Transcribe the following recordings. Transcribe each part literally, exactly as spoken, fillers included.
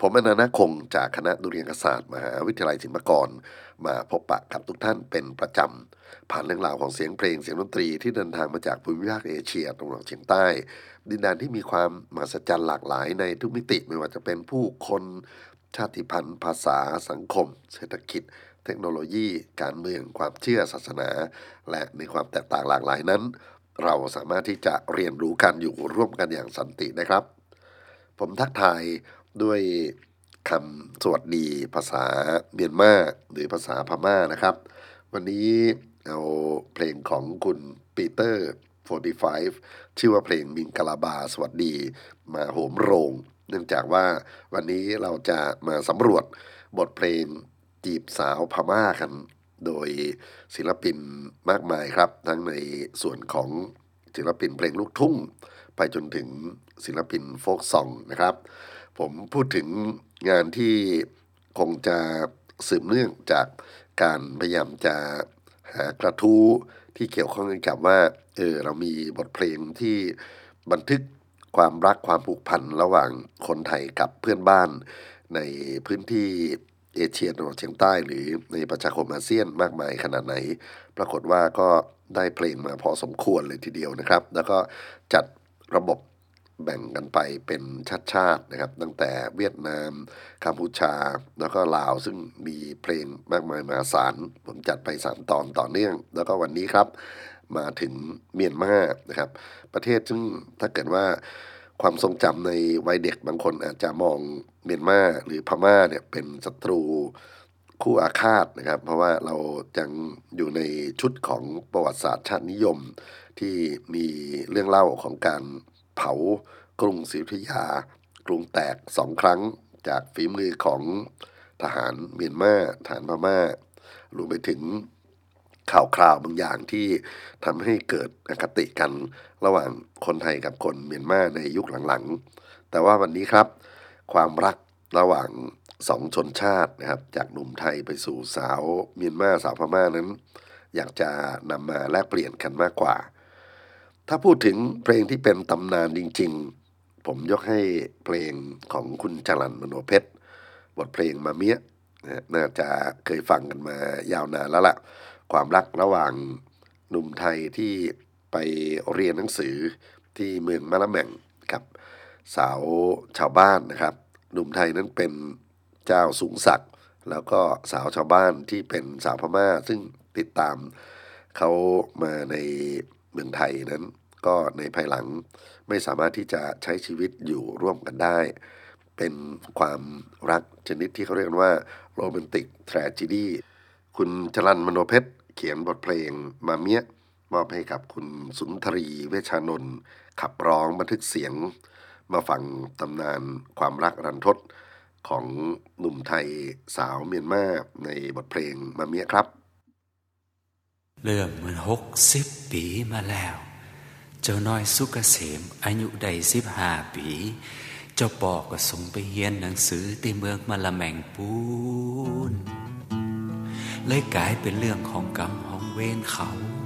ผมอนันต์ ณ คงจากคณะดุริยางคศาสตร์มหาวิทยาลัยศิลปากรมาพบปะกับทุกท่านเป็นประจำผ่านเรื่องราวของเสียงเพลงเสียงดนตรีที่เดินทางมาจากภูมิภาคเอเชียตะวันออกเฉียงใต้ดินแดนที่มีความมหัศจรรย์หลากหลายในทุกมิติไม่ว่าจะเป็นผู้คนชาติพันธุ์ภาษาสังคมเศรษฐกิจเทคโนโลยีการเมืองความเชื่อศาสนาและในความแตกต่างหลากหลายนั้นเราสามารถที่จะเรียนรู้กันอยู่ร่วมกันอย่างสันตินะครับผมทักทายด้วยคำสวัสดีภาษาเมียนมาหรือภาษาพม่านะครับวันนี้เอาเพลงของคุณปีเตอร์โฟร์ตี้ไฟว์ชื่อว่าเพลงมิงกะลาบาสวัสดีมาโหมโรงเนื่องจากว่าวันนี้เราจะมาสำรวจบทเพลงจีบสาวพม่ากันโดยศิลปินมากมายครับทั้งในส่วนของศิลปินเพลงลูกทุ่งไปจนถึงศิลปินโฟล์คซองนะครับผมพูดถึงงานที่คงจะสืบเนื่องจากการพยายามจะหากระทู้ที่เกี่ยวข้องกับว่าเออเรามีบทเพลงที่บันทึกความรักความผูกพันระหว่างคนไทยกับเพื่อนบ้านในพื้นที่เอเชียตะวันออกเฉียงใต้หรือในประชาคมอาเซียนมากมายขนาดไหนปรากฏว่าก็ได้เพลงมาพอสมควรเลยทีเดียวนะครับแล้วก็จัดระบบแบ่งกันไปเป็นชาติๆนะครับตั้งแต่เวียดนามกัมพูชาแล้วก็ลาวซึ่งมีเพลงมากมายมหาศาลผมจัดไปสามตอนต่อเนื่องแล้วก็วันนี้ครับมาถึงเมียนมานะครับประเทศซึ่งถ้าเกิดว่าความทรงจำในวัยเด็กบางคนอาจจะมองเมียนมาหรือพม่าเนี่ยเป็นศัตรูคู่อาฆาตนะครับเพราะว่าเรายังอยู่ในชุดของประวัติศาสตร์ชาตินิยมที่มีเรื่องเล่าของการเผากรุงศรีอยุธยากรุงแตกสองครั้งจากฝีมือของทหารเมียนมาทหารพม่ารวมไปถึงข่าวคราวบางอย่างที่ทำให้เกิดอคติกันระหว่างคนไทยกับคนเมียนมาในยุคหลังๆแต่ว่าวันนี้ครับความรักระหว่างสองชนชาตินะครับจากหนุ่มไทยไปสู่สาวเมียนมาสาวพม่านั้นอยากจะนำมาแลกเปลี่ยนกันมากกว่าถ้าพูดถึงเพลงที่เป็นตำนานจริงๆผมยกให้เพลงของคุณจรัญมโนเพชรบทเพลงมาเมียนะน่าจะเคยฟังกันมายาวนานแล้วล่ะความรักระหว่างหนุ่มไทยที่ไปเรียนหนังสือที่เมืองมะละแม่งกับสาวชาวบ้านนะครับหนุ่มไทยนั้นเป็นเจ้าสูงศักดิ์แล้วก็สาวชาวบ้านที่เป็นสาวพม่าซึ่งติดตามเขามาในเมืองไทยนั้นก็ในภายหลังไม่สามารถที่จะใช้ชีวิตอยู่ร่วมกันได้เป็นความรักชนิดที่เขาเรียกว่าโรแมนติกแทรจิดีคุณจรัญมโนเพชรเขียนบทเพลงมาเมียมอบให้กับคุณสุนทรีเวชานนท์ขับร้องบันทึกเสียงมาฟังตำนานความรักรันทดของหนุ่มไทยสาวเมียนมาในบทเพลงมาเมียครับเรื่องมันหกสิบปีมาแล้วเจ้าน้อยสุกเกษมอายุได้สิบห้าปีเจ้าปอก็ส่งไปเรียนหนังสือที่เมืองมะละแมงปูนเลยกลายเป็นเรื่องของกรรมของเวรเขา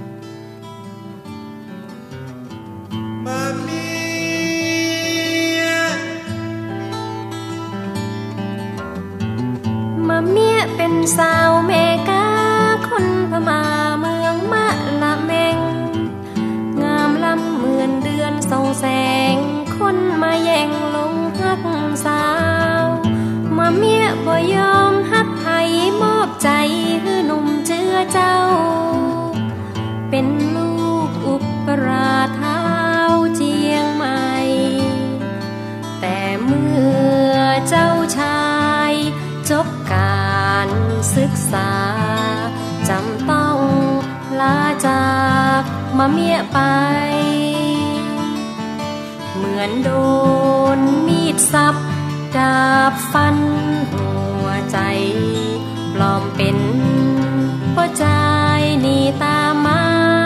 มาเมียมาเมียเป็นสาวเมกาคนพม่าเมืองมะละแมงงามล้ำเหมือนเดือนส่องแสงคนมาแย่งลงฮักสาวมาเมียบ่ยอมฮักไผมอบใจให้หนุ่มเจือเจ้าเป็นลูกอุปราเท้าเจียงใหม่แต่เมื่อเจ้าชายจบการศึกษาจำต้องลาจากมาเมียไปเหมือนโดนมีดสับดาบฟันหัวใจปลอมเป็นพ่อใจนี่ตามมา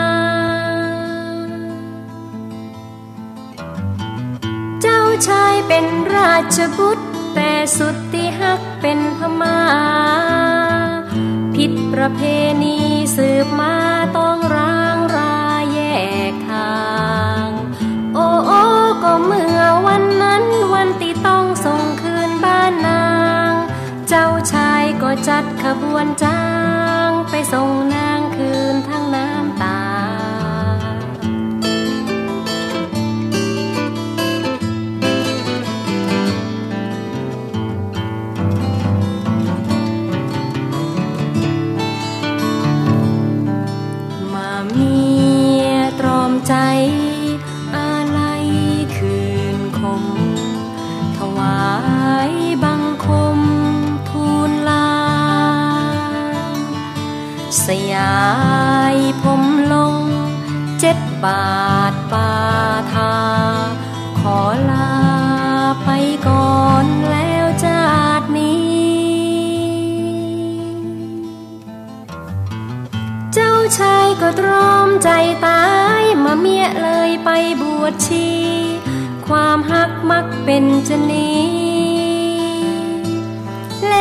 เจ้าชายเป็นราชบุตรแต่สุดที่ฮักเป็นพม่าผิดประเพณีสืบมาต้องร้างราแยกทางโอ้โอ้ก็เมื่อวันนั้นวันที่ต้องส่งคืนบ้านนาจัดขบวนจ้างไปส่งนางคืนทั้งน้ำตามาเมียตรอมใจอะไรคืนคมถวายบังคมทูลลาสยายผมลงเจ็ดบาทปาทาขอลาไปก่อนแล้วชาตินี้เจ้าชายก็ตรอมใจตายมาเมียเลยไปบวชชีความฮักมักเป็นชะนี้แล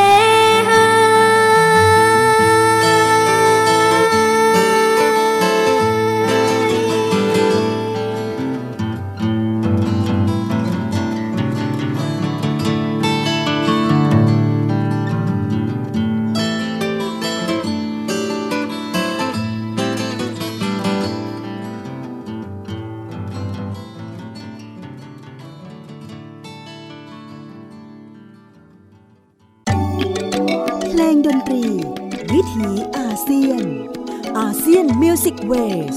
ดนตรีวิถีอาเซียนอาเซียนมิวสิกเวส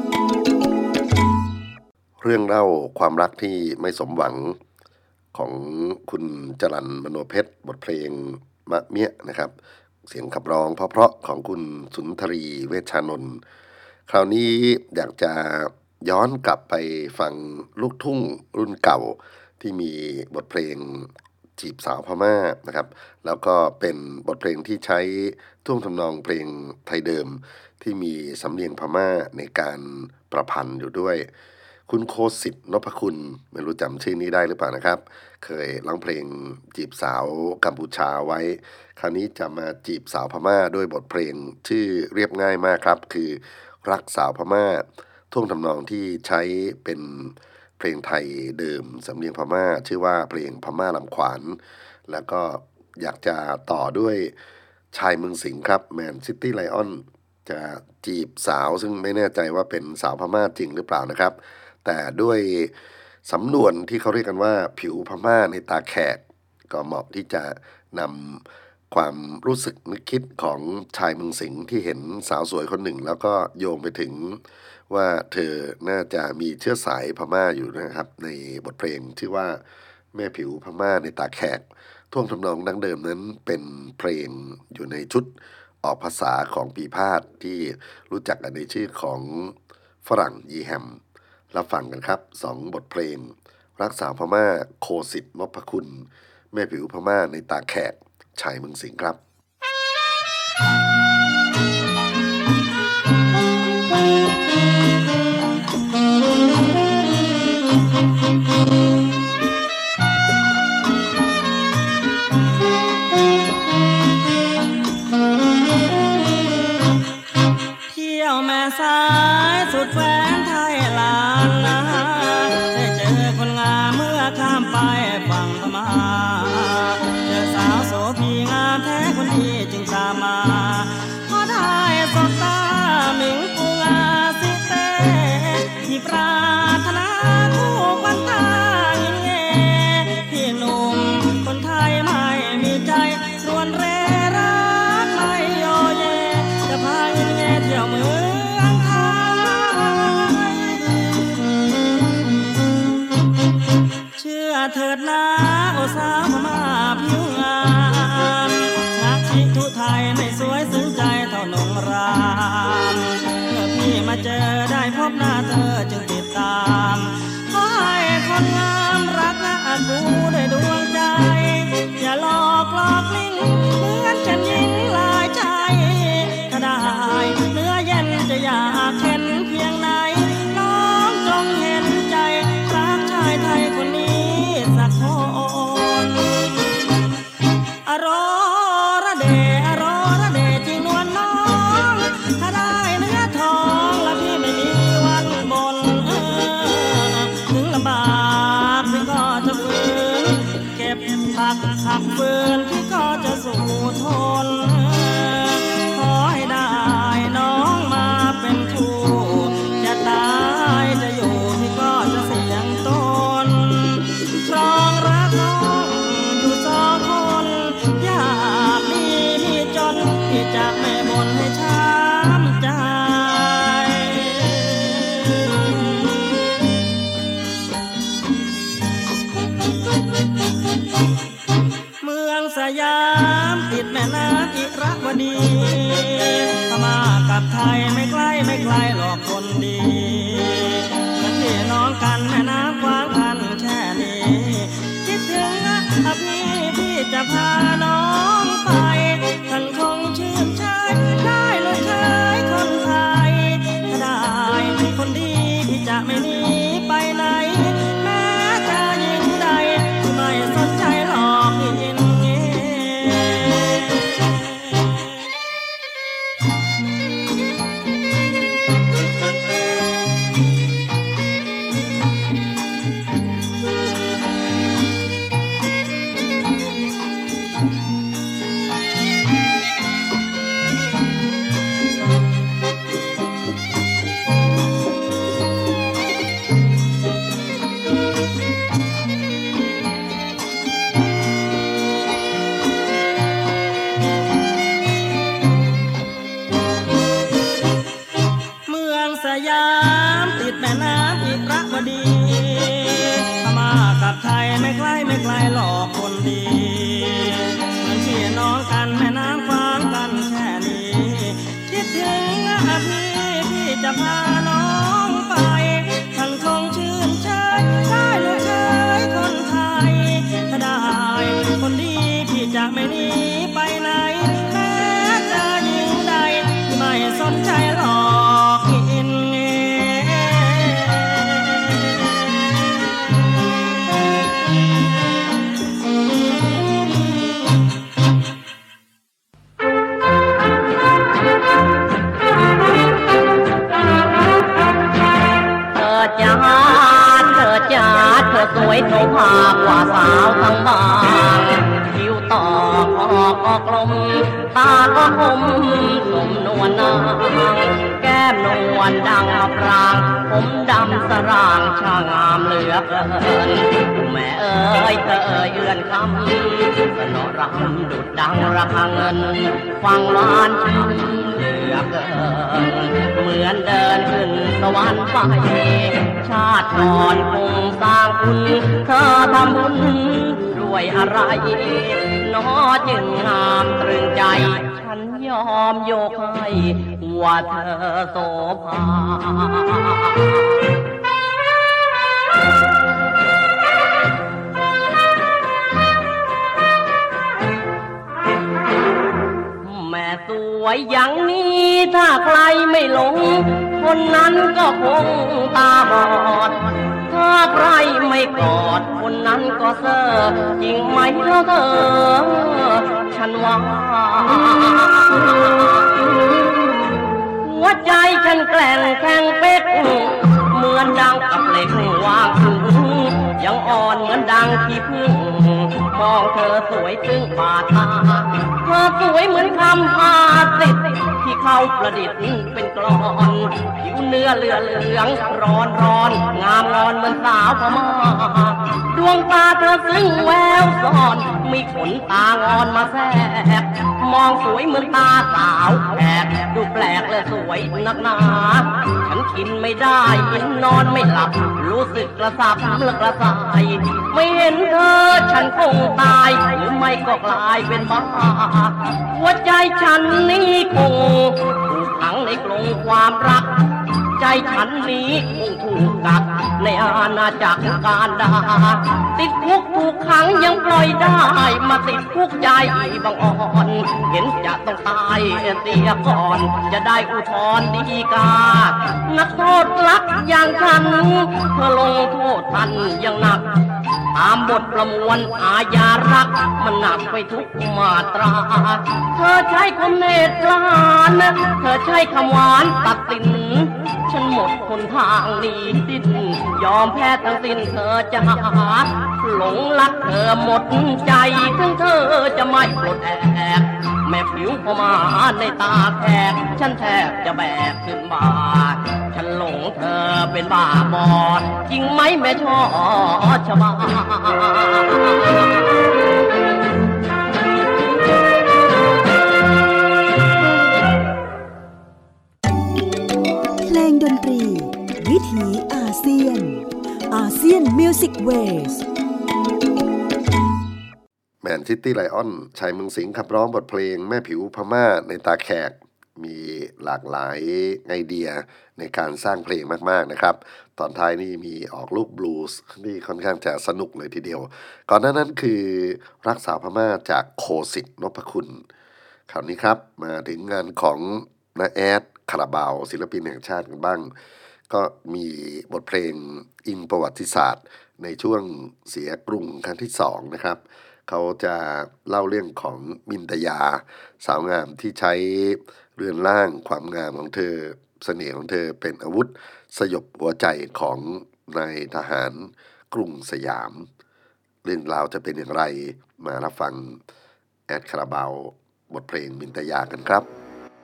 เรื่องเล่าความรักที่ไม่สมหวังของคุณจรัญมโนเพชรบทเพลงมะเมียนะครับเสียงขับร้องเพราะๆของคุณสุนทรีเวชชานนท์คราวนี้อยากจะย้อนกลับไปฟังลูกทุ่งรุ่นเก่าที่มีบทเพลงจีบสาวพม่านะครับแล้วก็เป็นบทเพลงที่ใช้ท่วงทำนองเพลงไทยเดิมที่มีสำเนียงพม่าในการประพันธ์อยู่ด้วยคุณโคสิทธิ์นพคุณไม่รู้จำชื่อนี้ได้หรือเปล่านะครับเคยร้องเพลงจีบสาวกัมพูชาไว้คราวนี้จะมาจีบสาวพม่าด้วยบทเพลงชื่อเรียบง่ายมากครับคือรักสาวพม่าท่วงทำนองที่ใช้เป็นเพลงไทยเดิมสำเนียงพม่าชื่อว่าเพลงพม่าลำขวานแล้วก็อยากจะต่อด้วยชายเมืองสิงห์ครับแมนซิตี้ไลออนจะจีบสาวซึ่งไม่แน่ใจว่าเป็นสาวพม่าจริงหรือเปล่านะครับแต่ด้วยสำนวนที่เขาเรียกกันว่าผิวพม่าในตาแขกก็เหมาะที่จะนำความรู้สึกนึกคิดของชายเมืองสิงห์ที่เห็นสาวสวยคนหนึ่งแล้วก็โยงไปถึงว่าเธอน่าจะมีเชื้อสายพม่าอยู่นะครับในบทเพลงชื่อว่าแม่ผิวพม่าในตาแขกท่วงทำนองดั้งเดิมนั้นเป็นเพลงอยู่ในชุดออกภาษาของปีพาทย์ที่รู้จักกันในชื่อของฝรั่งยีแฮมรับฟังกันครับสองบทเพลงรักสาวพม่าโคสิทธิ์นพคุณแม่ผิวพม่าในตาแขกชายเมืองสิงห์ครับเที่ยวแม่สายสุดแฟนไทยลานนาได้เจอคนงามเมื่อข้ามไปฝั่งพม่าเจอสาวโสภีงามแท้คนที่จึงตามมาพอได้สบตาหมิงปูงาสิเต้ที่ปรารถนาคู่ควันตาเงี้ยเงี้ยพี่หนุ่มคนไทยไม่มีใจรวนเรรักไม่โยเยจะพาเงี้ยเงี้ยเที่ยวเมืองไทยเชื่อเถิดนะโอสาวพม่าผิวงามนักชิทุไทยไม่สวยซึ้งใจเท่านงรามเมื่อพี่มาเจอได้พบหน้าเธอจึงติดตามขอให้คนงามรักนะกูด้วยดวงใจอย่าหลอกหลอกลิงเหมือนฉันยิงลายใจถ้าได้เนื้อเย็นจะอยากเห็นเพียงไหนน้องจงเห็นใจรักชายไทยคนนี้สักคนอรอระเดอรอระเดจริงนวลน้องถ้าได้เนื้อทองแล้วพี่ไม่มีวันบ่นถึงลำบากพี่ก็จะฝืนเก็บผักหักฟืนพี่ก็จะกับไทยไม่ใกล้ไม่ไกลหรอกคนดีเหมือนพี่น้องกันแม่น้ำกว้างกันแค่นี้คิดถึงนะพี่พี่จะพาน้องไปท่านคงชื่นชายได้ลูกชายคนไทยถ้าได้คนดีพี่จะไม่หนีไปไหนแม้จะยิ่งใดไม่สนใจหรอกพี่อินสวยโสภากว่าสาวทั้งบ้านคิ้วต่อคอก็กลมตาก็คมสมนวลนางแก้มนวลดังมะปรางผมดำสร่างช่างงามเหลือเกินแม่เอ๋ยเธอเยือนคำสนอรำดุดดังระฆังเงินฟังหวานชื่นเหลือเกินเหมือนเดินขึ้นสวรรค์ไปชาติก่อนคงสร้างคุณเธอทำบุญด้วยอะไรน้อจึงงามตรึงใจฉันยอมโยกให้ว่าเธอโสภาแม่สวยอย่างนี้ถ้าใครไม่หลงคนนั้นก็คงตาบอดถ้าใครไม่กอดคนนั้นก็เซ่อจริงไหมเธอเธอฉันว่าหัวใจฉันแกล้งแข็งเป๊กเหมือนดังกับเหล็กวางถึงยังอ่อนเหมือนดังที่พึ่งมองเธอสวยตึงบาดตาเธอสวยเหมือนคำพาสิทธิ์ที่เขาประดิษฐ์เป็นกลอนผิวเนื้อเหลือเหลืองร้อนร้อนงามงอนเหมือนสาวพม่าดวงตาเธอซึ้งแววซ่อนมีขนตางอนมาแทรกมองสวยเหมือนตาสาวแอบดูแปลกและสวยนักหนาฉันกินไม่ได้กินนอนไม่หลับรู้สึกกระสับและกระส่ายไม่เห็นเธอฉันคงตายหรือไม่ก็กลายเป็นบ้าหัวใจฉันนี้คงถูกขังในกรงความรักใจฉันนี้คงถูกกักในอาณาจักรการดาติดคุกถูกขังยังปล่อยได้มาติดคุกใจบังอ่อนเห็นจะต้องตายเสียก่อนจะได้อุทธรณ์ฎีกานักโทษรักอย่างฉันเธอลงโทษทันยังหนักตามบทประมวลอาญารักมันหนักไปทุกมาตราเธอใช้ความเมตตาเธอใช้คำหวานตัดสินฉันหมดคนทางหนีดิ้นยอมแพ้ทั้งสิ้นเธอจะหาหลงรักเธอหมดใจถึงเธอจะไม่ปลดแอกแม่ผิวพม่าในตาแขกฉันแทบจะแบกขึ้นมาฉันหลงเธอเป็นบ้าบอดจริงไหมแม่ชอชบาเพลงดนตรีวิถีอาเซียนอาเซียนมิวสิกเวสแมนซิตี้ไลออนชายเมืองสิงห์ขับร้องบทเพลงแม่ผิวพม่าในตาแขกมีหลากหลายไอเดียในการสร้างเพลงมากๆนะครับตอนท้ายนี่มีออกลูกบลูส์ที่ค่อนข้างจะสนุกเลยทีเดียวก่อนหน้านั้นคือรักสาวพม่าจากโคสิทธิ์นพคุณคราวนี้ครับมาถึงงานของน้าแอดคาราบาวศิลปินแห่งชาติกันบ้างก็มีบทเพลงอิงประวัติศาสตร์ในช่วงเสียกรุงครั้งที่สองนะครับเขาจะเล่าเรื่องของมินตยาสาวงามที่ใช้เรือนร่างความงามของเธอเสน่ห์ของเธอเป็นอาวุธสยบหัวใจของนายทหารกรุงสยามเรื่องราวจะเป็นอย่างไรมารับฟังแอดคาราบาวบทเพลงมินตยากันครับ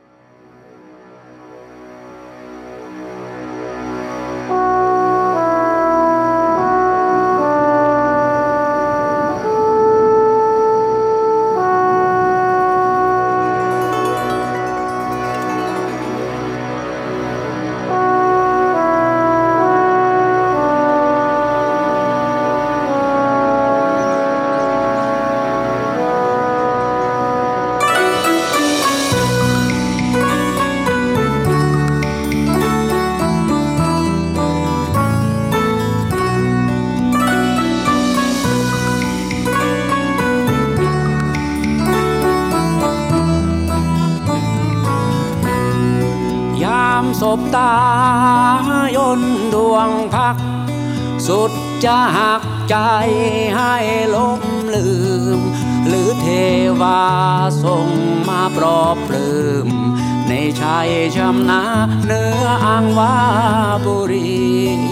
สบตายนดวงพักสุดจะหักใจให้ล้มลืมหรือเทวาส่งมาปลอบปลื้มในชัยชำนาเนื้ออังวาบุรี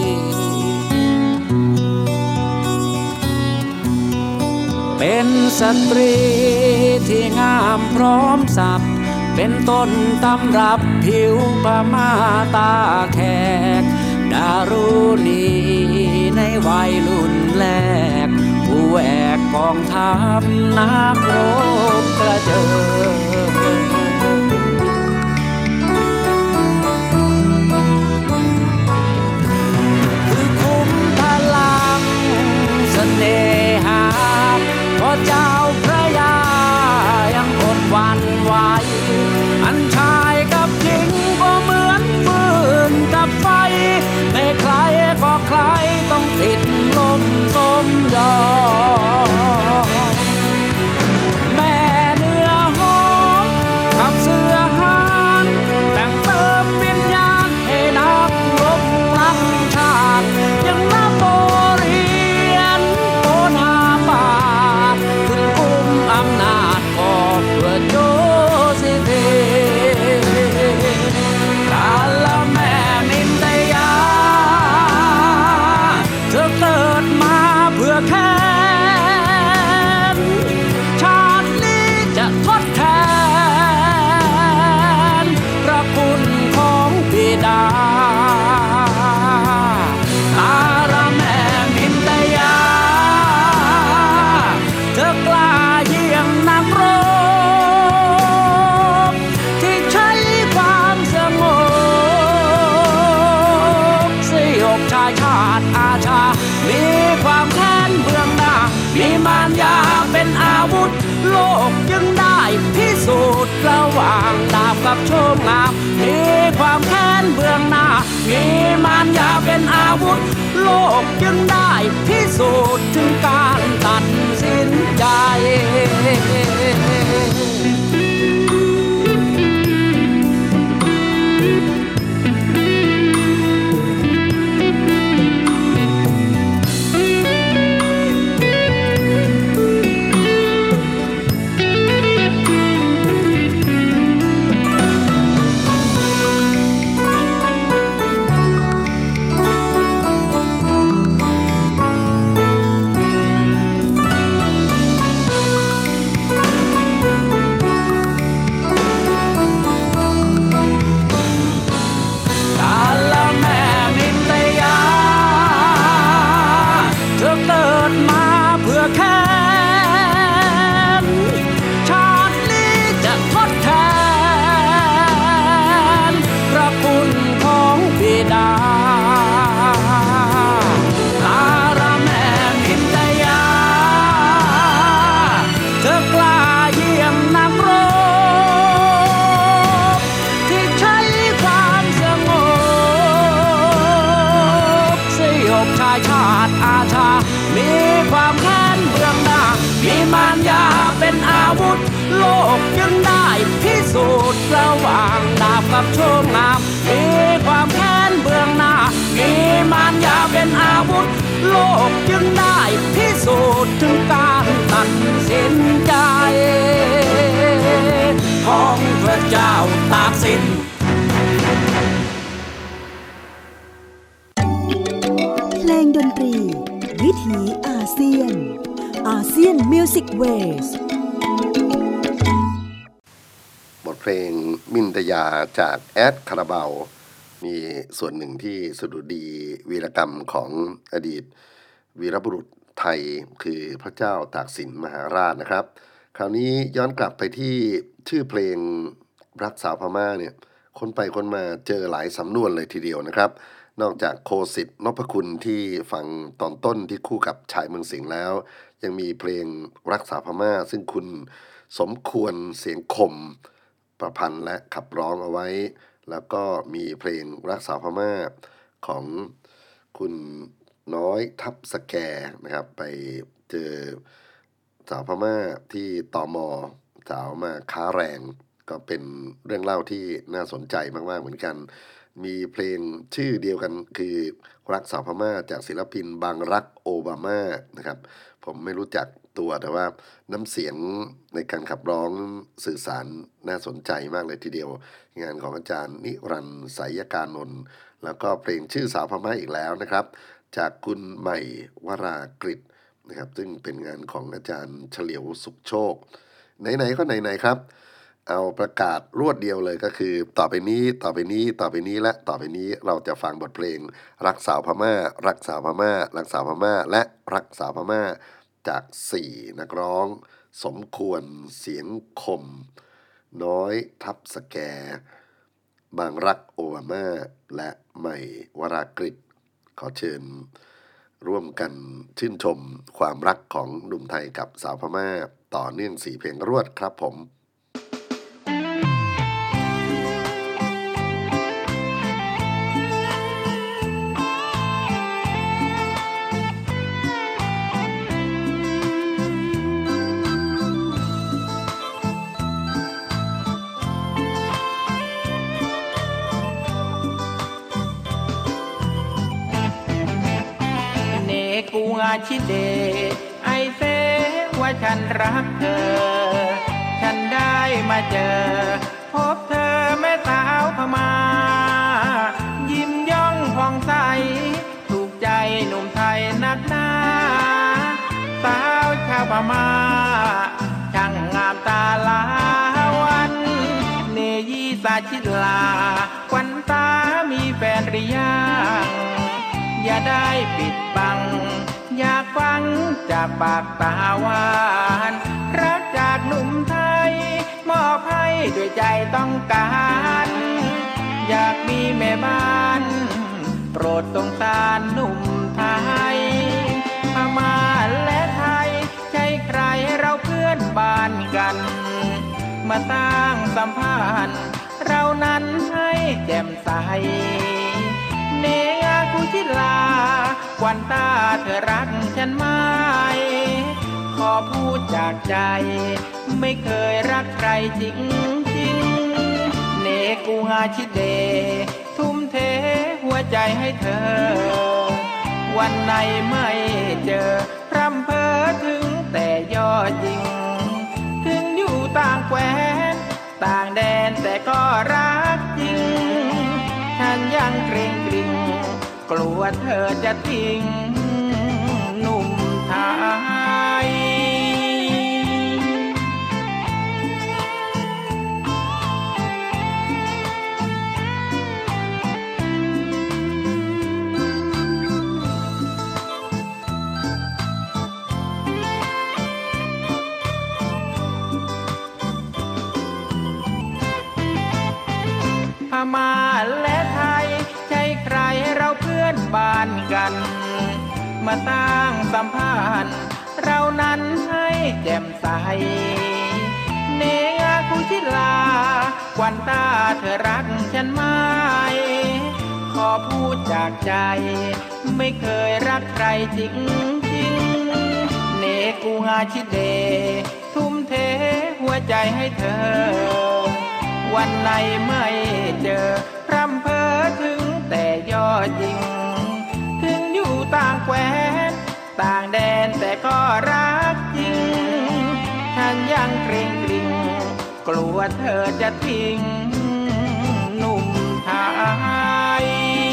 เป็นสตรีที่งามพร้อมสับเป็นต้นตำรับผิวพม่าตาแขกดารุณีในวัยรุ่นแรกผู้แหวกกองทัพนักรบกระเจิงคือคุ้มพลังเสน่หาเพราะเจ้าพระยายังอดหวั่นไหวอันชายกับหญิงก็เหมือนฟืนกับไฟไม่ใครก็ใครต้องติดลมสมยอมแม่เนื้อหอมขับเสื้อหานแต่งเติมวิญญาณให้นักรบรักชาติยังนับโบเรียนโอนาบาทขึ้นกุมอำนาจของเพื่อโยสิเทกาลแม่มินตยาเธอเกิดมาเพื่อแค้นชาตินี้จะทดแทนพระคุณของบิดาตาละแม่มินตยาเธอกล้าเยี่ยงนักรบที่ใช้ความสงบสยบชายชาติอาชามีความแค้นเบื้องหน้ามีมารยาเป็นอาวุธโลกจึงได้พิสูจน์ระหว่างดาบกับโชมงามมีความแค้นเบื้องหน้ามีมารยาเป็นอาวุธโลกจึงได้พิสูจน์ถึงการตัดสินใจมารยาเป็นอาวุธโลกยังได้พิสูจน์ระหว่างดาบกับโชคงามมีความแค้นเบื้องหน้ามีมารยาเป็นอาวุธโลกยังได้พิสูจน์ถึงการตัดสินใจของพระเจ้าตากสินเพลงดนตรีวิถีอาเซียนอาเซียนมิวสิกเวสบทเพลงมินตยาจากแอดคาราบาวมีส่วนหนึ่งที่สดุดีวีรกรรมของอดีตวีรบุรุษไทยคือพระเจ้าตากสินมหาราชนะครับคราวนี้ย้อนกลับไปที่ชื่อเพลงรักสาวพม่าเนี่ยคนไปคนมาเจอหลายสำนวนเลยทีเดียวนะครับนอกจากโคสิทธิ์นพคุณที่ฟังตอนต้นที่คู่กับชายเมืองสิงห์แล้วยังมีเพลงรักสาวพม่าซึ่งคุณสมควรเสียงคมประพันธ์และขับร้องเอาไว้แล้วก็มีเพลงรักสาวพม่าของคุณน้อยทับสแกนะครับไปเจอสาวพม่าที่ตม.สาวมาค้าแรงก็เป็นเรื่องเล่าที่น่าสนใจมากๆเหมือนกันมีเพลงชื่อเดียวกันคือรักสาวพม่าจากศิลปินบางรักโอบามานะครับผมไม่รู้จักตัวแต่ว่าน้ำเสียงในการขับร้องสื่อสารน่าสนใจมากเลยทีเดียวงานของอาจารย์นิรันดร์ไสยการนนท์แล้วก็เพลงชื่อสาวพม่าอีกแล้วนะครับจากคุณใหม่วรากฤษนะครับซึ่งเป็นงานของอาจารย์เฉลียวสุขโชคไหนๆก็ไหนๆครับเอาประกาศรวดเดียวเลยก็คือต่อไปนี้ต่อไปนี้ต่อไปนี้และต่อไปนี้เราจะฟังบทเพลงรักสาวพม่ารักสาวพม่ารักสาวพม่าและรักสาวพม่าจากสี่นักร้องสมควรเสียงคมน้อยทับสแกบางรักโอบามาและใหม่วรากฤษขอเชิญร่วมกันชื่นชมความรักของหนุ่มไทยกับสาวพม่าต่อเนื่องสี่เพลงรวดครับผมกูงาชิเดไอเซว่าฉันรักเธอฉันได้มาเจอพบเธอแม่สาวพม่ายิ้มย่องผ่องใสถูกใจหนุ่มไทยนักหนาสาวชาวพม่าช่างงามตาลาวันเนยีสาชิลาควันตามีแฟนหรือยังอย่าได้ปิดบังอยากฟังจากปากตาหวานรักจากหนุ่มไทยมอบให้ด้วยใจต้องการอยากมีแม่บ้านโปรดสงสารหนุ่มไทยพม่าและไทยใช่ใครเราเพื่อนบ้านกันมาสร้างสัมพันธ์เรานั้นให้แจ่มใสเนงาคุชิลาควันตาเธอรักฉันไหมขอพูดจากใจไม่เคยรักใครจริงจริงเนกูงาชิเดทุ่มเทหัวใจให้เธอวันไหนไม่เจอพร่ำเพ้อถึงแต่ยอดจริงถึงอยู่ต่างแคว้นต่างแดนแต่ก็รักจริงฉันยังเกรงกริ่งกลัวเธอจะทิ้งหนุ่มไทย ม่าและไทยใช่ใครเราเพื่อนบ้านกันมาสร้างสัมพันธ์เรานั้นให้แจ่มใสเนงาคุชิลาควันตาเธอรักฉันไหมขอพูดจากใจไม่เคยรักใครจริงจริงเนกกูงาชิเดทุ่มเทหัวใจให้เธอวันไหนไม่เจอพร่ำเพ้อถึงแต่ยอดยิงถึงอยู่ต่างแคว้นต่างแดนแต่ก็รักจริงฉันยังเกรงกริ่งกลัวเธอจะทิ้งหนุ่มไทย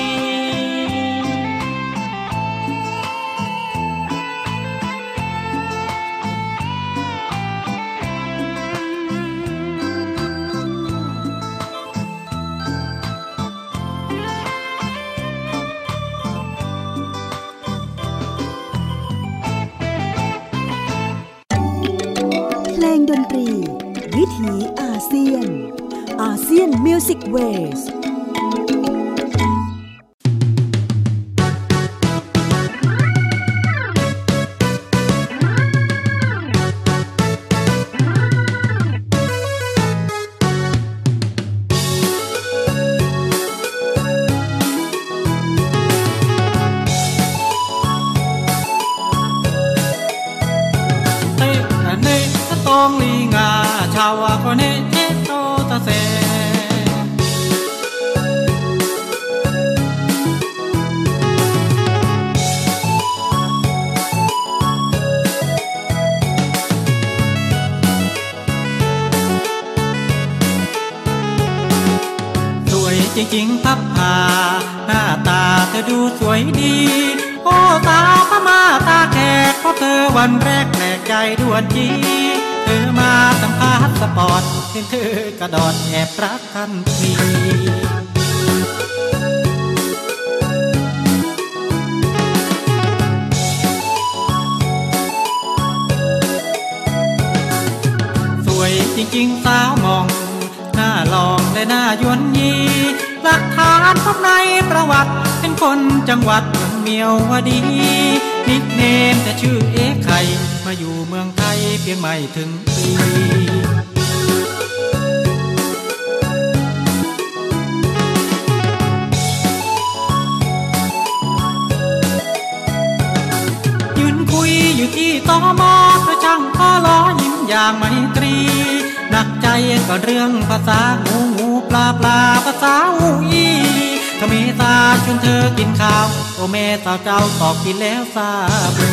เพลงดนตรีวิถีอาเซียนอาเซียนมิวสิกเวสชาวาคนเฮเฮโตตาเซสวยจริงๆพับผ้าหน้าตาเธอดูสวยดีโอ้ตาพม่าตาแขกเพราะเธอวันแรกแปลกใจด่วนจีเธอมาสัมภาษณ์สปอร์ตเห็นเธอกระโดดแอบรักทันทีสวยจริงๆสาวมองหน้าลองและหน้ายวนยีหลักฐานพบในประวัติเป็นคนจังหวัดเมียวดีนิกเนมแต่ชื่อเอ๊ะไข่มาอยู่เมืองไทยเพียงไม่ถึงปียืนคุยอยู่ที่ตม.พระช่างพ่อล้อยิ้มอย่างไมตรีหนักใจก็เรื่องภาษางูงูปลาปลาภาษาอูอีขมีตาชวนเธอกินข้าวโอแม่สาวเจ้าตอบกินแล้วซาบี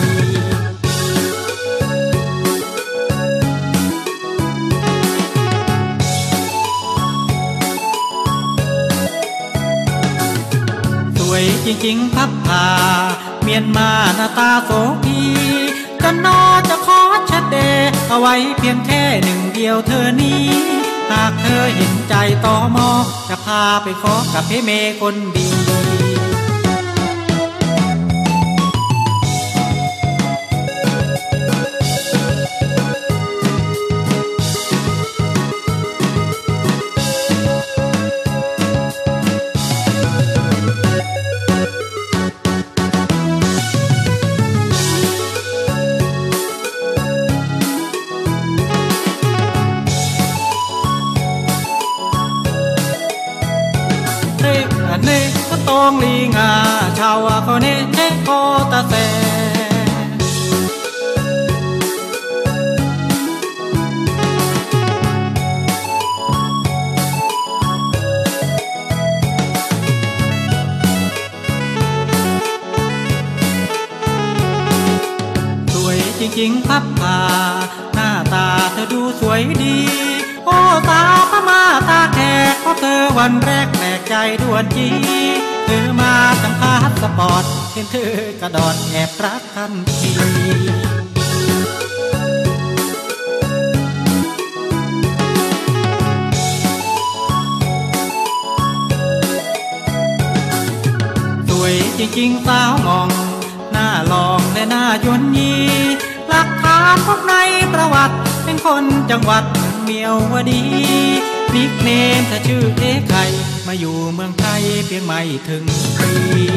สวยจริงๆพับผ้าเมียนมาหน้าตาโสพีจะนอจะขอชัดเดเอาไว้เพียงแค่หนึ่งเดียวเธอนี้หากเธอเห็นใจตม.จะพาไปขอกับพี่เมย์คนดีตองลีงาชาวาคนเฮเฮโคตาเซสวยจริงๆพับผ้าหน้าตาเธอดูสวยดีโอ้ตาพม่าตาแขกเพราะเธอวันแรกแปลกใจด่วนจีเธอมาสัมภาษณ์สปอร์ตเห็นเธอกระโดดแอบรักทันทีสวยจริงๆสาวมองหน้าลองและหน้ายวนยีหลักฐานพบในประวัติเป็นคนจังหวัดเมียวดีนิกเนมถ้าชื่อเอ๊ะไข่มาอยู่เมืองไทยเพียงไม่ถึงปี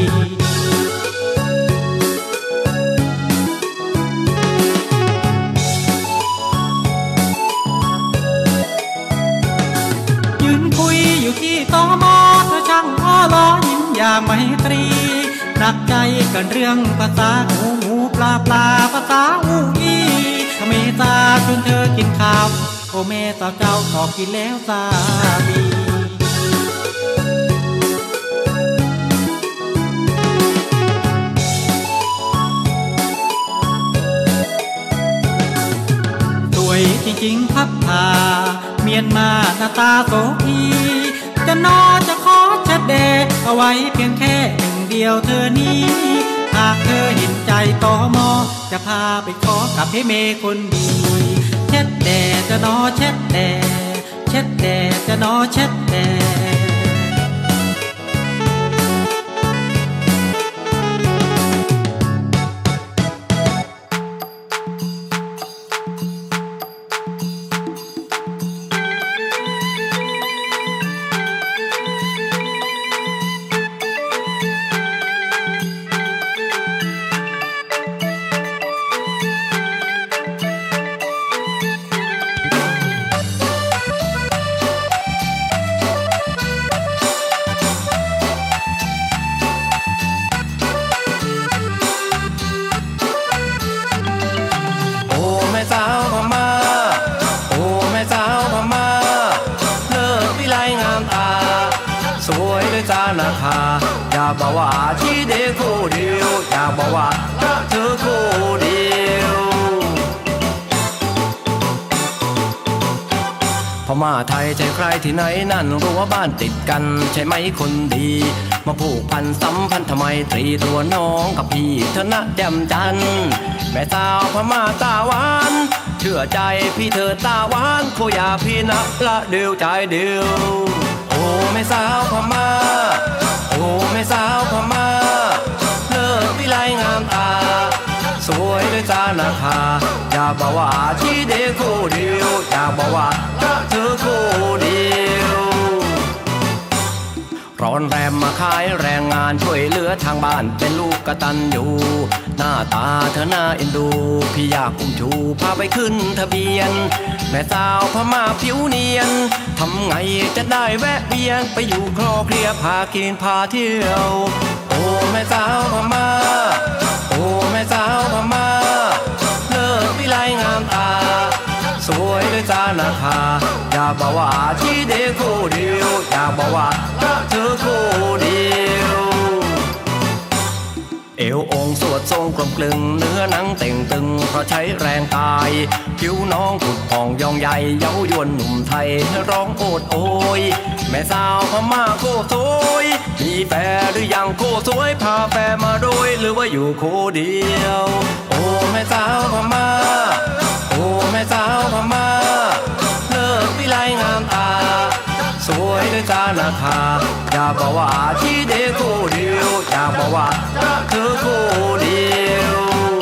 ยืนคุยอยู่ที่ตม.เธอช่างพ่อล้อยิ้มอย่างไมตรีหนักใจกันเรื่องภาษางูงูปลาปลาภาษาอูอีขเมษาชวนเธอกินข้าวโอเมสาวเจ้าขอกินแล้วสามีสวยจริงๆพับผาเมียนมาหน้าตาโสพีจะนอจะขอชัดแดเอาไว้เพียงแค่หนึ่งเดียวเธอนี้หากเธอเห็นใจต่อมอจะพาไปขอกับให้เมคนดีเช็ดแดจะนอเช็ดแดเช็ดแดจะนอเช็ดแดอย่าบอกว่าที่เดียวคู่เดียวอย่าบอกว่ารักเธอคู่เดียวพม่าไทยใจใครที่ไหนนั่นรู้ว่าบ้านติดกันใช่ไหมคนดีมาผูกพันสัมพันธไมตรีตัวน้องกับพี่เธอนะแจ่มจันแม่สาวพม่าตาหวานเชื่อใจพี่เธอตาหวานคู่อย่าพี่นะละเดียวใจเดียวโอ้แม่สาวพม่าโอ้แม่สาวพม่าเลิศวิไลงามตาสวยด้วยจานาคาอย่าบอกว่าที่เดียวคู่เดียวอย่าบอกว่ารักเธอคู่เดียวร้อนแรมมาขายแรงงานช่วยเหลือทางบ้านเป็นลูกกตัญญูหน้าตาเธอน่าเอ็นดูพี่อยากอุ้มชูพาไปขึ้นทะเบียนแม่สาวพม่าผิวเนียนทำไงจะได้แวะเวียนไปอยู่คลอเคลียพากินพาเที่ยวโอ้แม่สาวพม่าโอ้แม่สาวพม่าเลิศวิไลงามตาสวยด้วยจานาคาอย่าบอกว่าที่เดียวคู่เดียวอย่าบอกว่ารักเธอคู่เดียวเอวองค์สวดทรงกลมกลึงเนื้อหนังเต่งตึงเพราะใช้แรงกายผิวน้องผุดผ่องยองใหญ่เย้ายวนหนุ่มไทยร้องโอดโอยแม่สาวพม่าโคสวยมีแฟนหรือยังโคสวยพาแฟนมาด้วยหรือว่าอยู่โคเดียวโอ้แม่สาวพม่าโอ้แม่สาวพม่าเลิศวิไลงามตาสวยด้วยจานาคาอย่าบอกว่าที่เดียวคู่เดียวอย่าบอกว่ารักเธอคู่เดียว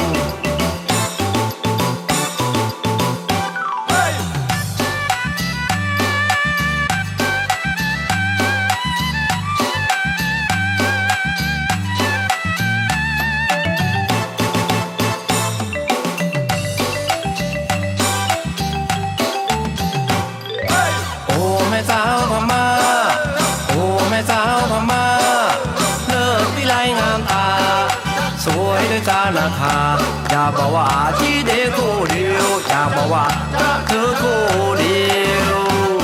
จานาคาอย่าบอกว่าที่เดียวคู่เดียวอย่าบอกว่ารักเธอคู่เดียว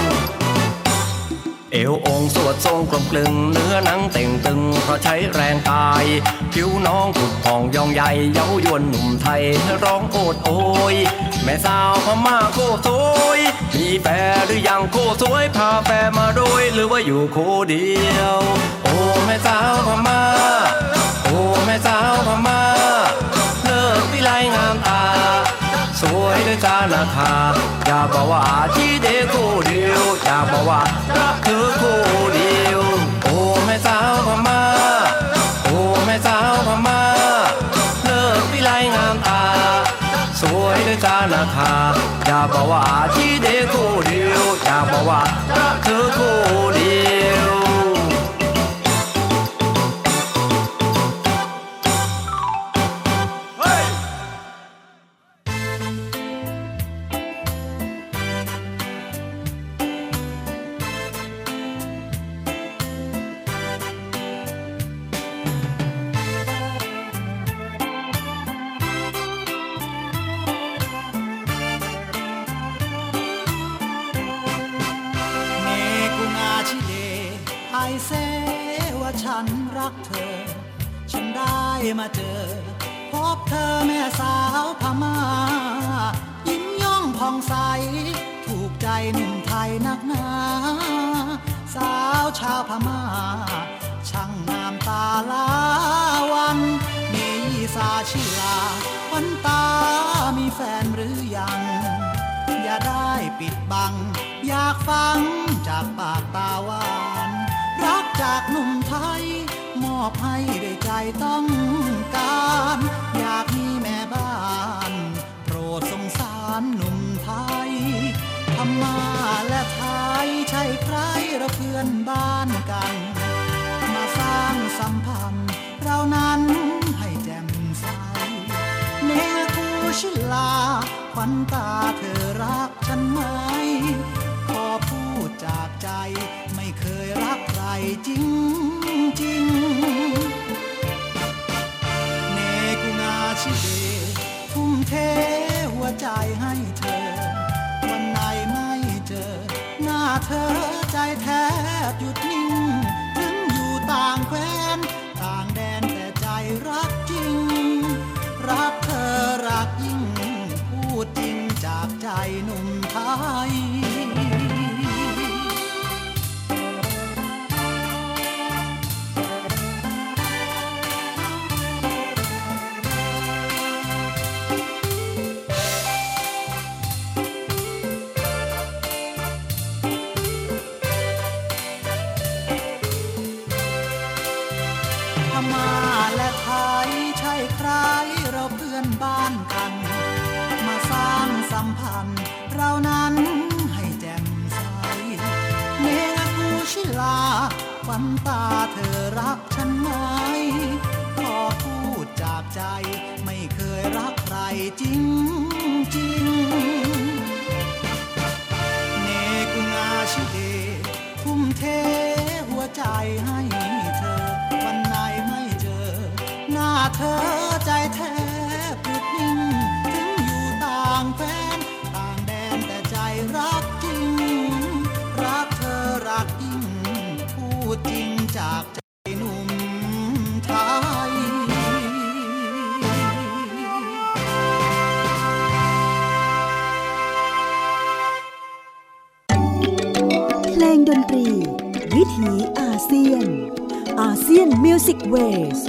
เอวองค์สวดทรงกลมกลึงเนื้อหนังเต่งตึงเพราะใช้แรงกายผิวน้องผุดผ่องยองใหญ่เย้ายวนหนุ่มไทยร้องโอดโอยแม่สาวพม่าโคสวยมีแฟนหรือยังโคสวยพาแฟนมาด้วยหรือว่าอยู่โคเดียวโอ้แม่สาวพม่าโอ้แม่สาวพม่าเลิศวิไลงามตาสวยด้วยจานาคาอย่าบอกว่าที่เดียวคู่เดียวอย่าบอกว่ารักเธอคู่เดียวโอ้แม่สาวพม่าโอ้แม่สาวพม่าเลิศวิไลงามตาสวยด้วยจานาคาอย่าบอกว่าที่เดียวคู่เดียวอย่าบอกว่ารักเธอคู่เดียวโฉันรักเธอฉันได้มาเจอพบเธอแม่สาวพม่ายิ้มย่องผ่องใสถูกใจหนุ่มไทยนักหนาสาวชาวพม่าช่างงามตาลาวันมีสาชิลาขวัญตามีแฟนหรือยังอย่าได้ปิดบังอยากฟังจากปากตาหวานรักจากหนุ่มไทยมอบให้ด้วยใจต้องการอยากมีแม่บ้านโปรดสงสารหนุ่มไทยพม่าและไทยใช่ใครเราเพื่อนบ้านกันมาสร้างสัมพันธ์เรานั้นให้แจ่มใสเนกูชิลาขวัญตาเธอรักฉันไหมขอพูดจากใจไม่เคยรักใครจริงจริงเนกูงาชิเดทุ่มเทหัวใจให้เธอวันไหนไม่เจอหน้าเธอใจแทบหยุดนิ่งถึงอยู่ต่างแคว้นต่างแดนแต่ใจรักจริงรักเธอรักยิ่งพูดจริงจากใจหนุ่มไทยพม่าและไทยใช่ใครเราเพื่อนบ้านกันมาสร้างสัมพันธ์เรานั้นให้แจ่มใสเนกูชิลาขวัญตาเธอรักฉันไหมขอพูดจากใจไม่เคยรักใครจริงจริงเนกูงาชิเดทุ่มเทหัวใจให้เธอวันไหนไม่เจอหน้าเธอใจแทบหยุดนิ่งถึงอยู่ต่างแฟนต่างแดนแต่ใจรักจริงรักเธอรักยิ่งพูดจริงจากใจหนุ่มไทยเพลงดนตรีวิถีอาเซียนอาเซียนมิวสิกเวส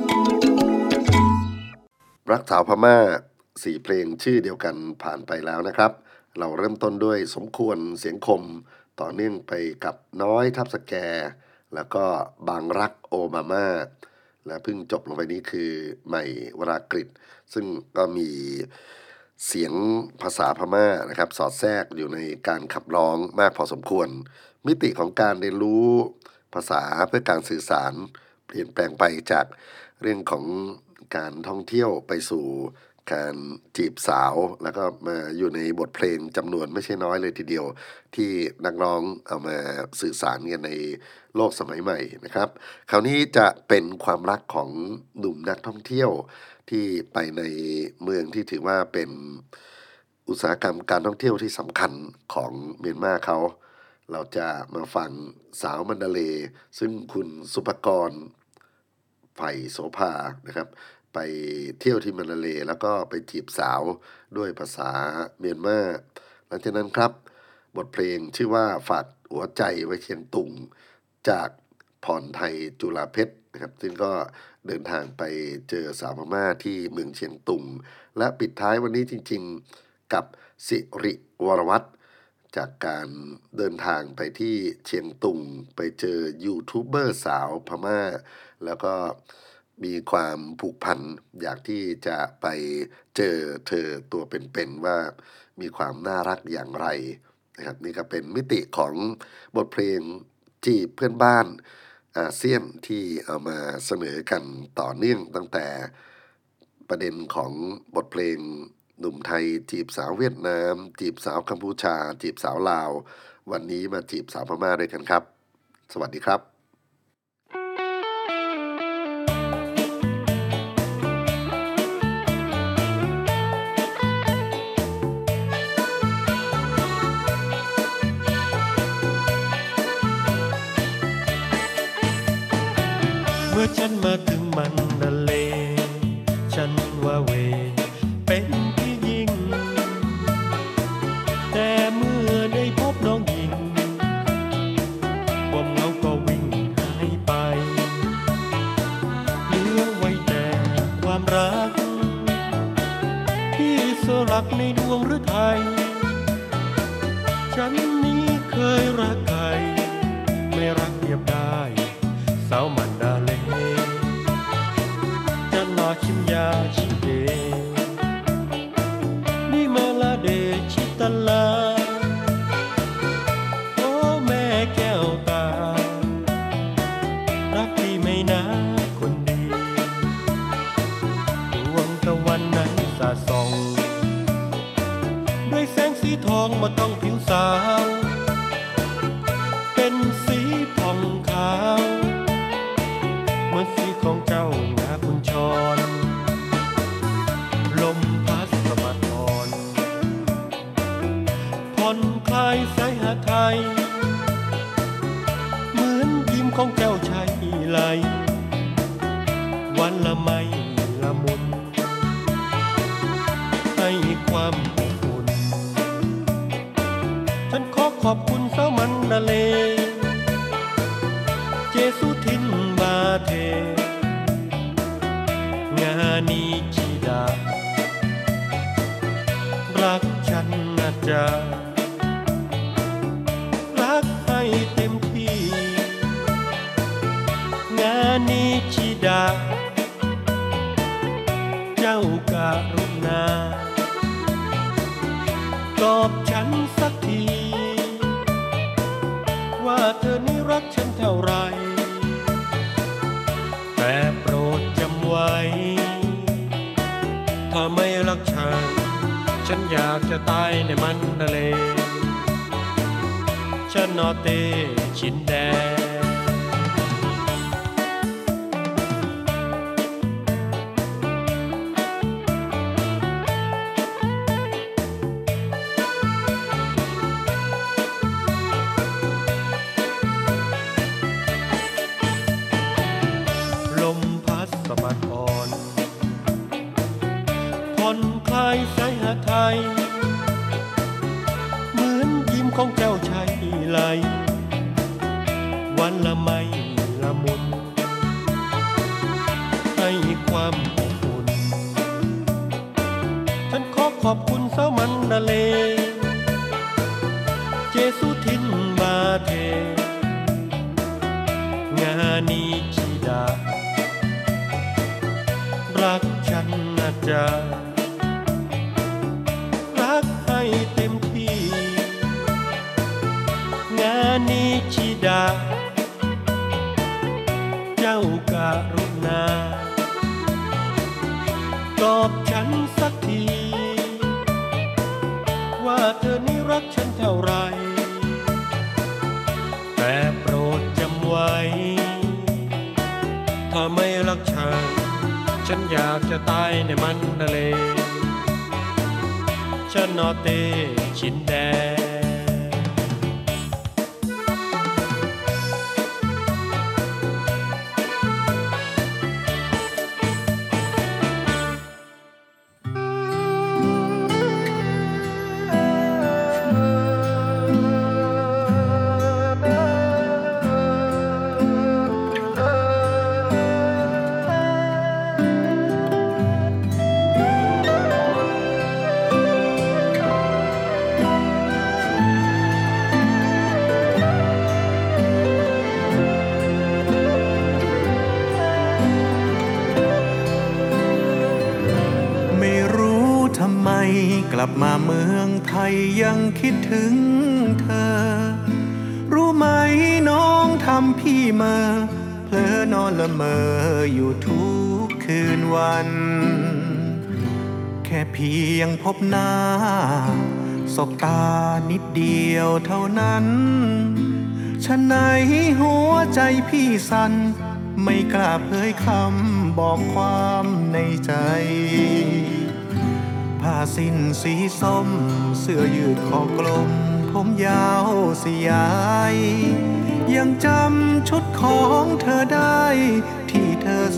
รักสาวพม่าสี่เพลงชื่อเดียวกันผ่านไปแล้วนะครับเราเริ่มต้นด้วยสมควรเสียงคมต่อเนื่องไปกับน้อยทับสแกแล้วก็บางรักโอมาม่าและเพิ่งจบลงไปนี้คือใหม่วรากฤษซึ่งก็มีเสียงภาษาพม่านะครับสอดแทรกอยู่ในการขับร้องมากพอสมควรมิติของการเรียนรู้ภาษาเพื่อการสื่อสารเปลี่ยนแปลงไปจากเรื่องของการท่องเที่ยวไปสู่การจีบสาวแล้วก็มาอยู่ในบทเพลงจำนวนไม่ใช่น้อยเลยทีเดียวที่นักร้องเอามาสื่อสารกันในโลกสมัยใหม่นะครับคราวนี้จะเป็นความรักของหนุ่มนักท่องเที่ยวที่ไปในเมืองที่ถือว่าเป็นอุตสาหกรรมการท่องเที่ยวที่สำคัญของเมียนมาเขาเราจะมาฟังสาวมันดาเลซึ่งคุณสุภกรไผ่โสภานะครับไปเที่ยวที่มันดาเลแล้วก็ไปจีบสาวด้วยภาษาเมียนมาหลังจากนั้นครับบทเพลงชื่อว่าฝากหัวใจไว้เชียงตุงจากพรไทยจุฬาเพชรนะครับซึ่งก็เดินทางไปเจอสาวพม่าที่เมืองเชียงตุงและปิดท้ายวันนี้จริงๆกับสิริวรวัฒน์จากการเดินทางไปที่เชียงตุงไปเจอยูทูบเบอร์สาวพม่าแล้วก็มีความผูกพันอยากที่จะไปเจอเธอตัวเป็นๆว่ามีความน่ารักอย่างไรนะครับนี่ก็เป็นมิติของบทเพลงจีบเพื่อนบ้านอาเซียนที่เอามาเสนอกันต่อเนื่องตั้งแต่ประเด็นของบทเพลงหนุ่มไทยจีบสาวเวียดนามจีบสาวกัมพูชาจีบสาวลาววันนี้มาจีบสาวพม่าด้วยกันครับสวัสดีครับเเมื่อฉันมาถึงมันดาเลฉันว่าเวเป็นที่ยิ่งแต่เมื่อได้พบน้องหญิงความเหงาก็วิ่งหายไปเหลือไว้แต่ความรักที่สลักในดวงฤทัยฉันนี้เคยรักใครไม่รักเทียบได้สาวมันดาเลจันมาชิมยาชิเดนี่มาลาเดชิตลาโอ้แม่แก้วตารักพี่ไม่นะคนดีดวงตะวันนั้นสาดส่องด้วยแสงสีทองมาต้องผิวสาวเป็นสีผ่องขาวเหมือนสีของเจ้างาคุณชรลมพัดสะบัดอ่อนผ่อนคลายสายหาไทยเหมือนยิ้มของเจ้าชายไหลวันละไม่ละมุนให้ความอบอุ่นฉันขอขอบคุณสาวมันดาเลเจสุทินบาเทงานีจิดารักฉันนะจ๊ะรักให้เต็มที่งานีจิดาเจ้าการุณาตอบฉันสักทีว่าเธอนี่รักฉันเท่าไรแต่โปรดจำไว้ถ้าไม่รักฉันฉันอยากจะตายในมันทะเลฉันนอเตชินแดสายหาไทยเหมือนยิ้มของเจ้าชายไหลวันละไม่ละมุนให้ความอบอุ่นฉันขอขอบคุณสาวมันดาเลเจสุทินบาเทงานีจิดารักฉันนะจ๊ะให้เต็มที่งานีจิดาเจ้าการุณาตอบฉันสักทีว่าเธอนี่รักฉันเท่าไรแต่โปรดจำไว้ถ้าไม่รักฉันฉันอยากจะตายในมันทะเลฉันนอเตชินแดกลับมาเมืองไทยยังคิดถึงเธอรู้ไหมน้องทำพี่เมอเพลอนอนละเมออยู่ทุกคืนวันแค่เพียงพบหน้าสบตานิดเดียวเท่านั้นฉะไหนหัวใจพี่สั่นไม่กล้าเผยคำบอกความในใจผ้าสิ้นสีส้มเสื้อยืดคอกลมผมยาวสยายยังจำชุดของเธอได้ที่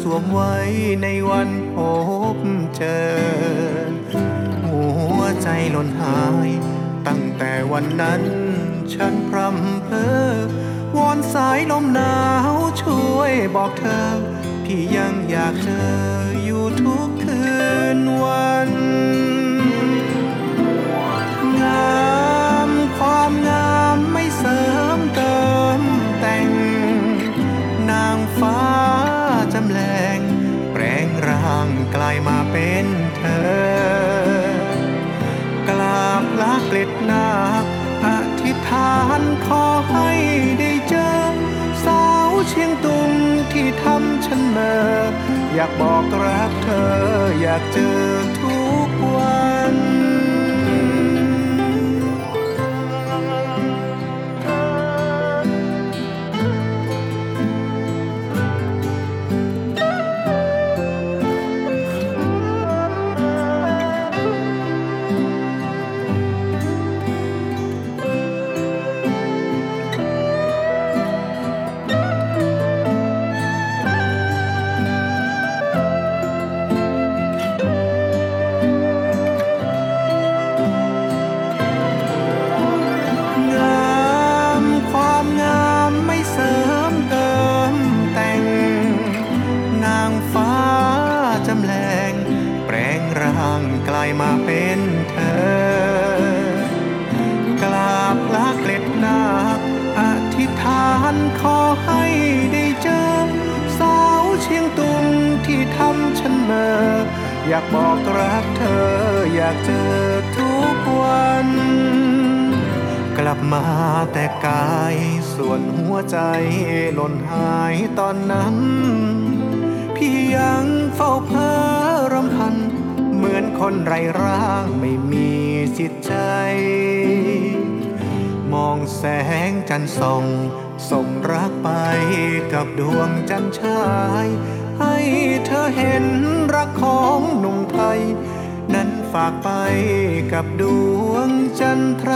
สวมไว้ในวันพบเจอหัวใจหล่นหายตั้งแต่วันนั้นฉันพรำเพ้อวอนสายลมหนาวช่วยบอกเธอพี่ยังอยากเจออยู่ทุกคืนวันงามความงามไม่เสริมเติมแต่งนางฟ้าจำแรงแปลงร่างกลายมาเป็นเธอกราบลาเกล็ดนาคอธิษฐานขอให้ได้เจอสาวเชียงตุงที่ทำฉันเมื่ออยากบอกรักเธออยากเจอทุกวันมาเป็นเธอกราบลาเกล็ดนาคอธิษฐานขอให้ได้เจอสาวเชียงตุงที่ทำฉันเมื่ออยากบอกรักเธออยากเจอทุกวันกลับมาแต่กายส่วนหัวใจหล่นหายตอนนั้นพี่ยังเฝ้าเพ้อรำพันเหมือนคนไร้ร่างไม่มีจิตใจมองแสงจันทร์ส่องสมรักไปกับดวงจันทร์ชายให้เธอเห็นรักของหนุ่มไทยนั้นฝากไปกับดวงจันทรา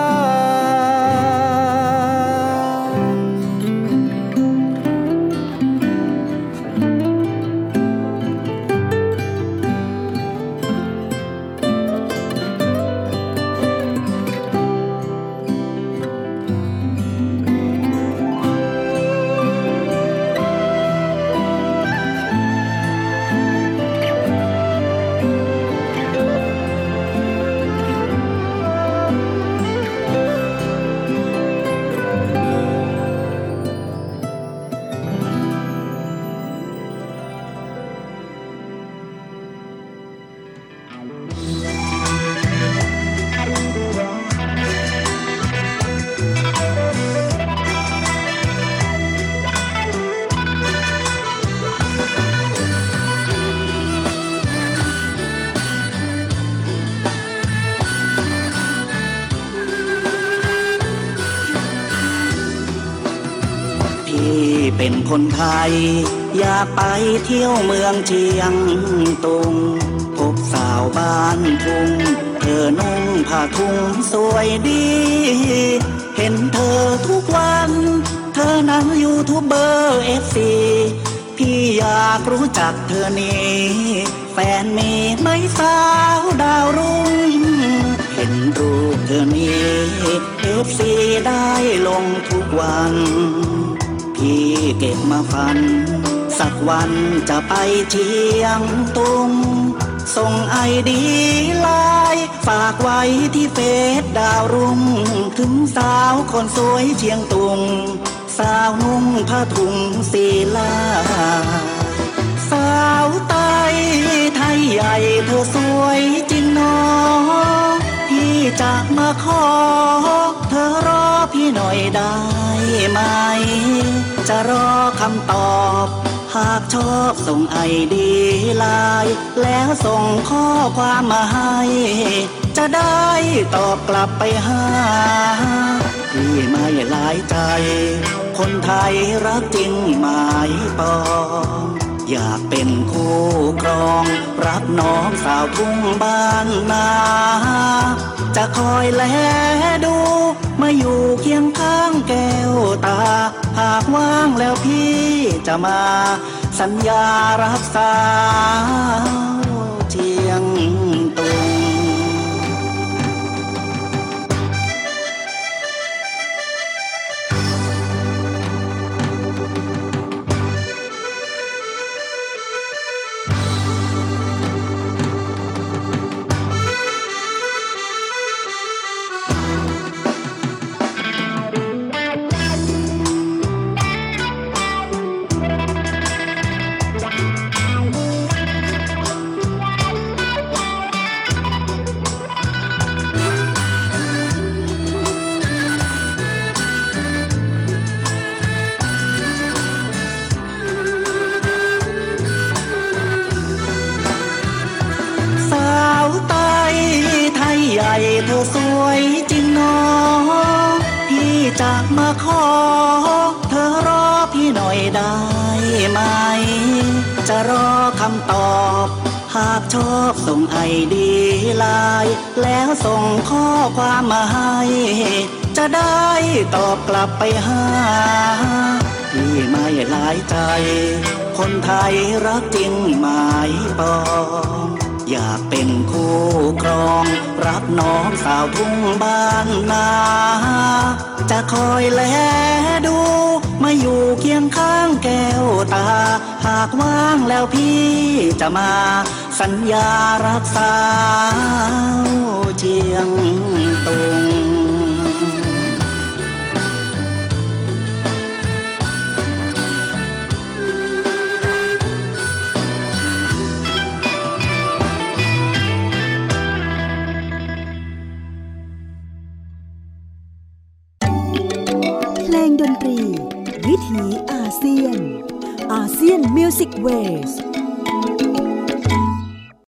เป็นคนไทยอยากไปเที่ยวเมืองเชียงตุงพบสาวบ้านทุ่งเธอนุ่งผ้าทุ่งสวยดีเห็นเธอทุกวันเธอนั้นยูทูบเบอร์เอฟซีพี่อยากรู้จักเธอนี้แฟนมีไหมสาวดาวรุ่งเห็นรูปเธอนี้เอฟซีได้ลงทุกวันพี่เก็บมาฝันสักวันจะไปเชียงตุงส่งไอดีไลน์ฝากไว้ที่เฟซดาวรุ่งถึงสาวคนสวยเชียงตุงสาวนุ่งผ้าถุงศิลาสาวไต้ไทยใหญ่เธอสวยจริงน้องพี่จะมาขอเธอรอพี่หน่อยได้ไหมจะรอคำตอบหากชอบส่งไอดีไลน์แล้วส่งข้อความมาให้จะได้ตอบกลับไปหาพี่ไม่หลายใจคนไทยรักจริงหมายปองอยากเป็นคู่ครองรักน้องสาวทุ่งบ้านนาจะคอยแลดูมาอยู่เคียงข้างแก้วตาหากว่างแล้วพี่จะมาสัญญารักษาเชียงตุงเธอสวยจริงน้องพี่จะมาขอเธอรอพี่หน่อยได้ไหมจะรอคำตอบหากชอบส่งไอดีไลน์แล้วส่งข้อความมาให้จะได้ตอบกลับไปหาพี่ไม่หลายใจคนไทยรักจริงหมายปองอยากเป็นคู่ครองรักน้องสาวทุ่งบ้านนาจะคอยแลดูมาอยู่เคียงข้างแก้วตาหากว่างแล้วพี่จะมาสัญญารักษาเชียงตุงเพลงดนตรีวิถีอาเซียนอาเซียนมิวสิกเวส